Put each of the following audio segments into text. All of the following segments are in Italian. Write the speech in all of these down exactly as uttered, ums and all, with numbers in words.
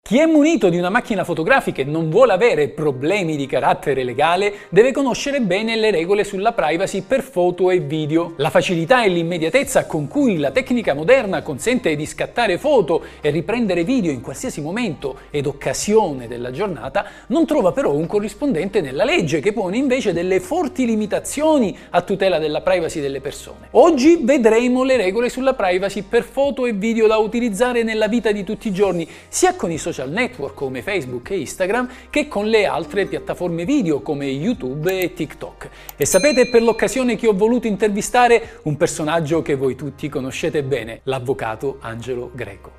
Chi è munito di una macchina fotografica e non vuole avere problemi di carattere legale deve conoscere bene le regole sulla privacy per foto e video. La facilità e l'immediatezza con cui la tecnica moderna consente di scattare foto e riprendere video in qualsiasi momento ed occasione della giornata non trova però un corrispondente nella legge, che pone invece delle forti limitazioni a tutela della privacy delle persone. Oggi vedremo le regole sulla privacy per foto e video da utilizzare nella vita di tutti i giorni, sia con i social network come Facebook e Instagram che con le altre piattaforme video come YouTube e TikTok. E sapete per l'occasione che ho voluto intervistare un personaggio che voi tutti conoscete bene, l'avvocato Angelo Greco.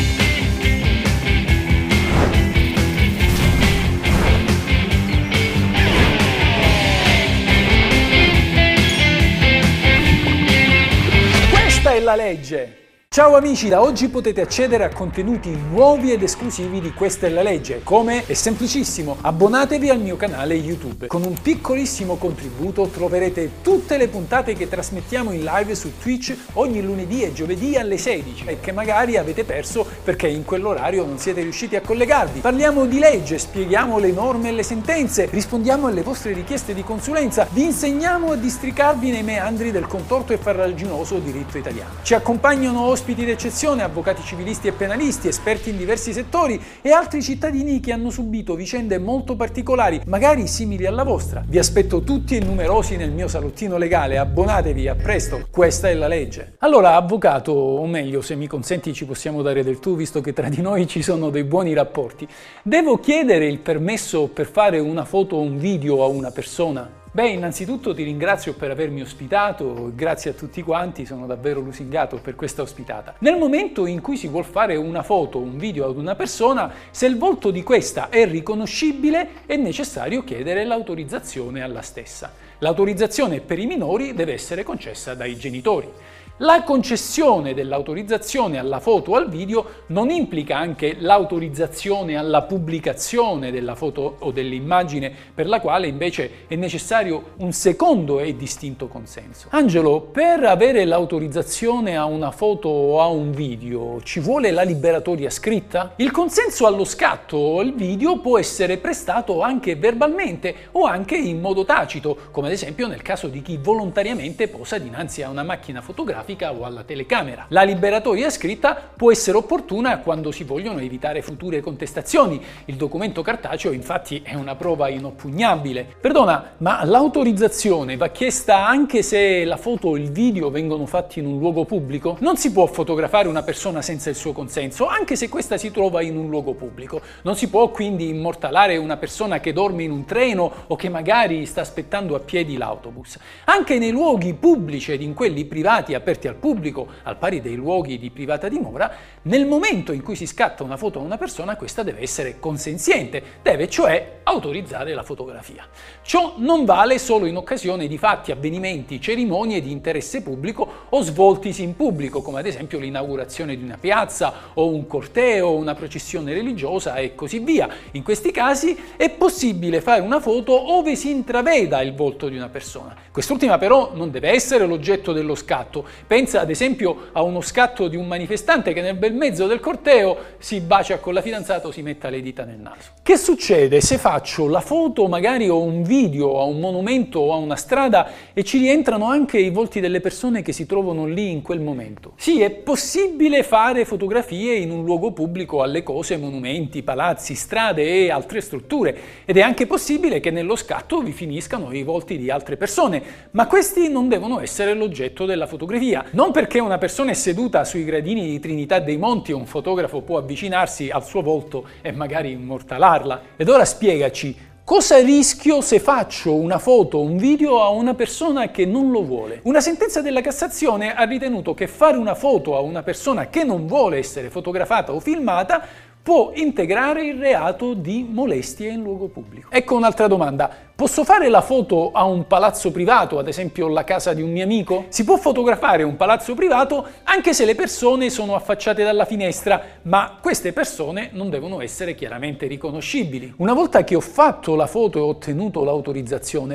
Questa è la legge! Ciao amici, da oggi potete accedere a contenuti nuovi ed esclusivi di Questa è la legge. Come? È semplicissimo, abbonatevi al mio canale YouTube. Con un piccolissimo contributo troverete tutte le puntate che trasmettiamo in live su Twitch ogni lunedì e giovedì alle sedici e che magari avete perso perché in quell'orario non siete riusciti a collegarvi. Parliamo di legge, spieghiamo le norme e le sentenze, rispondiamo alle vostre richieste di consulenza, vi insegniamo a districarvi nei meandri del contorto e farraginoso diritto italiano. Ci accompagnano ospiti d'eccezione, avvocati civilisti e penalisti, esperti in diversi settori e altri cittadini che hanno subito vicende molto particolari, magari simili alla vostra. Vi aspetto tutti e numerosi nel mio salottino legale, abbonatevi, a presto, questa è la legge. Allora, avvocato, o meglio, se mi consenti ci possiamo dare del tu, visto che tra di noi ci sono dei buoni rapporti, devo chiedere il permesso per fare una foto o un video a una persona? Beh, innanzitutto ti ringrazio per avermi ospitato, grazie a tutti quanti, sono davvero lusingato per questa ospitata. Nel momento in cui si vuol fare una foto o un video ad una persona, se il volto di questa è riconoscibile, è necessario chiedere l'autorizzazione alla stessa. L'autorizzazione per i minori deve essere concessa dai genitori. La concessione dell'autorizzazione alla foto o al video non implica anche l'autorizzazione alla pubblicazione della foto o dell'immagine, per la quale invece è necessario un secondo e distinto consenso. Angelo, per avere l'autorizzazione a una foto o a un video ci vuole la liberatoria scritta? Il consenso allo scatto o al video può essere prestato anche verbalmente o anche in modo tacito, come ad esempio nel caso di chi volontariamente posa dinanzi a una macchina fotografica o alla telecamera. La liberatoria scritta può essere opportuna quando si vogliono evitare future contestazioni. Il documento cartaceo infatti è una prova inoppugnabile. Perdona, ma l'autorizzazione va chiesta anche se la foto o il video vengono fatti in un luogo pubblico? Non si può fotografare una persona senza il suo consenso, anche se questa si trova in un luogo pubblico. Non si può quindi immortalare una persona che dorme in un treno o che magari sta aspettando a piedi l'autobus. Anche nei luoghi pubblici ed in quelli privati aperti al pubblico, al pari dei luoghi di privata dimora, nel momento in cui si scatta una foto a una persona, questa deve essere consenziente, deve cioè autorizzare la fotografia. Ciò non vale solo in occasione di fatti, avvenimenti, cerimonie di interesse pubblico o svoltisi in pubblico, come ad esempio l'inaugurazione di una piazza o un corteo o una processione religiosa e così via. In questi casi è possibile fare una foto ove si intraveda il volto di una persona. Quest'ultima però non deve essere l'oggetto dello scatto. Pensa ad esempio a uno scatto di un manifestante che nel bel mezzo del corteo si bacia con la fidanzata o si metta le dita nel naso. Che succede se faccio la foto magari o un video a un monumento o a una strada e ci rientrano anche i volti delle persone che si trovano lì in quel momento? Sì, è possibile fare fotografie in un luogo pubblico alle cose, monumenti, palazzi, strade e altre strutture, ed è anche possibile che nello scatto vi finiscano i volti di altre persone, ma questi non devono essere l'oggetto della fotografia. Non perché una persona è seduta sui gradini di Trinità dei Monti un fotografo può avvicinarsi al suo volto e magari immortalarla. Ed ora spiegaci, cosa rischio se faccio una foto o un video a una persona che non lo vuole? Una sentenza della Cassazione ha ritenuto che fare una foto a una persona che non vuole essere fotografata o filmata può integrare il reato di molestia in luogo pubblico. Ecco un'altra domanda. Posso fare la foto a un palazzo privato, ad esempio la casa di un mio amico? Si può fotografare un palazzo privato anche se le persone sono affacciate dalla finestra, ma queste persone non devono essere chiaramente riconoscibili. Una volta che ho fatto la foto e ho ottenuto l'autorizzazione,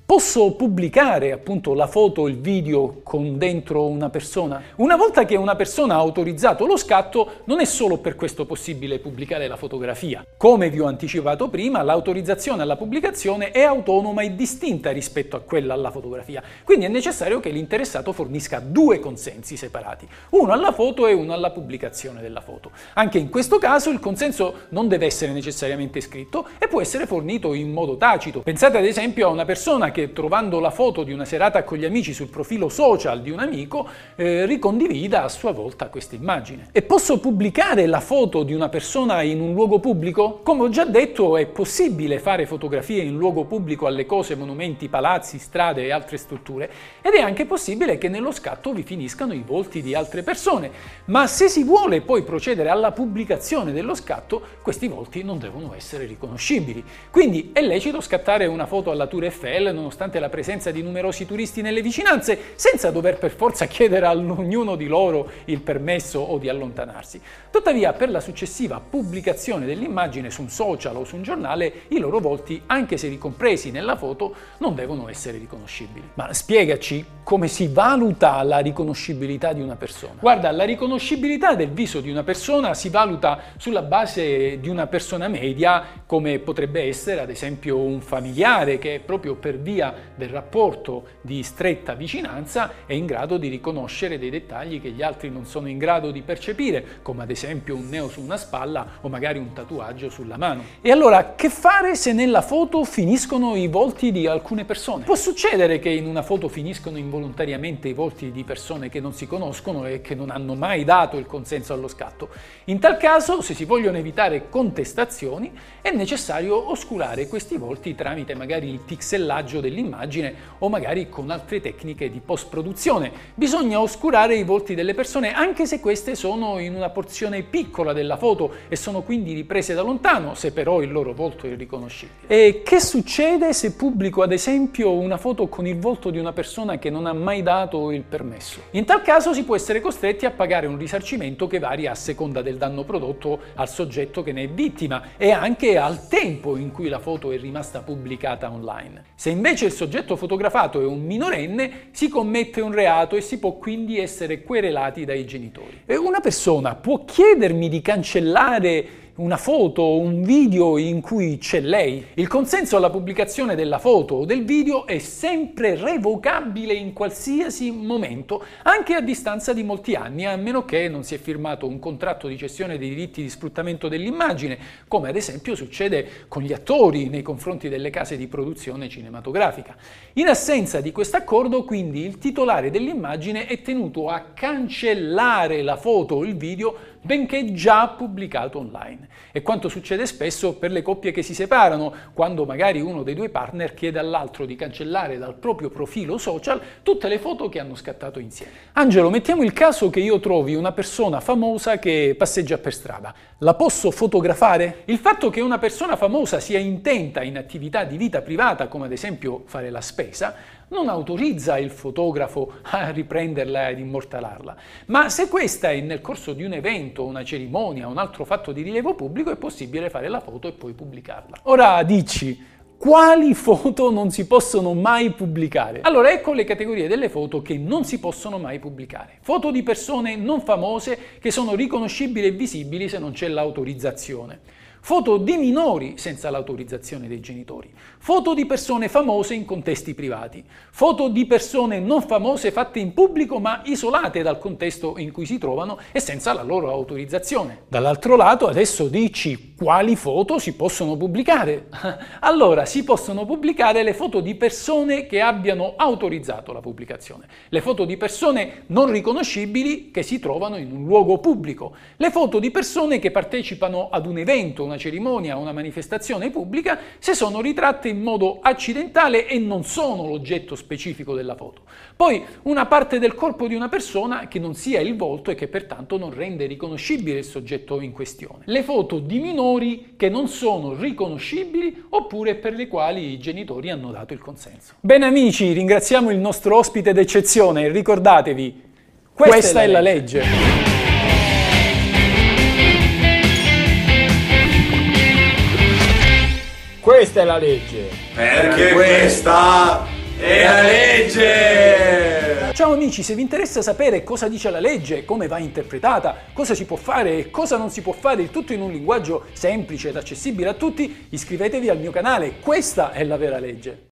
Posso pubblicare appunto la foto o il video con dentro una persona? Una volta che una persona ha autorizzato lo scatto, non è solo per questo possibile pubblicare la fotografia. Come vi ho anticipato prima, l'autorizzazione alla pubblicazione è autonoma e distinta rispetto a quella alla fotografia, quindi è necessario che l'interessato fornisca due consensi separati, uno alla foto e uno alla pubblicazione della foto. Anche in questo caso il consenso non deve essere necessariamente scritto e può essere fornito in modo tacito. Pensate ad esempio a una persona che che trovando la foto di una serata con gli amici sul profilo social di un amico eh, ricondivida a sua volta questa immagine. E posso pubblicare la foto di una persona in un luogo pubblico? Come ho già detto, è possibile fare fotografie in luogo pubblico alle cose, monumenti, palazzi, strade e altre strutture, ed è anche possibile che nello scatto vi finiscano i volti di altre persone, ma se si vuole poi procedere alla pubblicazione dello scatto, questi volti non devono essere riconoscibili. Quindi è lecito scattare una foto alla Tour Eiffel nonostante la presenza di numerosi turisti nelle vicinanze, senza dover per forza chiedere a ognuno di loro il permesso o di allontanarsi. Tuttavia, per la successiva pubblicazione dell'immagine su un social o su un giornale, i loro volti, anche se ricompresi nella foto, non devono essere riconoscibili. Ma spiegaci come si valuta la riconoscibilità di una persona. Guarda, la riconoscibilità del viso di una persona si valuta sulla base di una persona media, come potrebbe essere ad esempio un familiare che proprio per via del rapporto di stretta vicinanza è in grado di riconoscere dei dettagli che gli altri non sono in grado di percepire, come ad esempio un neo su una spalla o magari un tatuaggio sulla mano. E allora, che fare se nella foto finiscono i volti di alcune persone? Può succedere che in una foto finiscono involontariamente i volti di persone che non si conoscono e che non hanno mai dato il consenso allo scatto. In tal caso, se si vogliono evitare contestazioni, è necessario oscurare questi volti tramite magari il pixellaggio dell'immagine o magari con altre tecniche di post-produzione. Bisogna oscurare i volti delle persone anche se queste sono in una porzione piccola della foto e sono quindi riprese da lontano, se però il loro volto è riconoscibile. E che succede se pubblico ad esempio una foto con il volto di una persona che non ha mai dato il permesso? In tal caso si può essere costretti a pagare un risarcimento che varia a seconda del danno prodotto al soggetto che ne è vittima e anche al tempo in cui la foto è rimasta pubblicata online. Se invece il soggetto fotografato è un minorenne, si commette un reato e si può quindi essere querelati dai genitori. E una persona può chiedermi di cancellare una foto o un video in cui c'è lei? Il consenso alla pubblicazione della foto o del video è sempre revocabile in qualsiasi momento, anche a distanza di molti anni, a meno che non si è firmato un contratto di cessione dei diritti di sfruttamento dell'immagine, come ad esempio succede con gli attori nei confronti delle case di produzione cinematografica. In assenza di questo accordo, quindi, il titolare dell'immagine è tenuto a cancellare la foto o il video benché già pubblicato online. È quanto succede spesso per le coppie che si separano, quando magari uno dei due partner chiede all'altro di cancellare dal proprio profilo social tutte le foto che hanno scattato insieme. Angelo, mettiamo il caso che io trovi una persona famosa che passeggia per strada. La posso fotografare? Il fatto che una persona famosa sia intenta in attività di vita privata, come ad esempio fare la spesa, non autorizza il fotografo a riprenderla ed immortalarla. Ma se questa è nel corso di un evento, una cerimonia, un altro fatto di rilievo pubblico, è possibile fare la foto e poi pubblicarla. Ora dici, quali foto non si possono mai pubblicare? Allora, ecco le categorie delle foto che non si possono mai pubblicare. Foto di persone non famose che sono riconoscibili e visibili se non c'è l'autorizzazione. Foto di minori senza l'autorizzazione dei genitori, foto di persone famose in contesti privati, foto di persone non famose fatte in pubblico ma isolate dal contesto in cui si trovano e senza la loro autorizzazione. Dall'altro lato adesso dici quali foto si possono pubblicare? Allora, si possono pubblicare le foto di persone che abbiano autorizzato la pubblicazione, le foto di persone non riconoscibili che si trovano in un luogo pubblico, le foto di persone che partecipano ad un evento, una cerimonia, una manifestazione pubblica, se sono ritratte in modo accidentale e non sono l'oggetto specifico della foto. Poi una parte del corpo di una persona che non sia il volto e che pertanto non rende riconoscibile il soggetto in questione. Le foto di minori che non sono riconoscibili oppure per le quali i genitori hanno dato il consenso. Bene amici, ringraziamo il nostro ospite d'eccezione e ricordatevi, questa, questa è la legge. È la legge. Questa è la legge. Perché questa È la legge! Ciao amici, se vi interessa sapere cosa dice la legge, come va interpretata, cosa si può fare e cosa non si può fare, il tutto in un linguaggio semplice ed accessibile a tutti, iscrivetevi al mio canale, questa è la vera legge.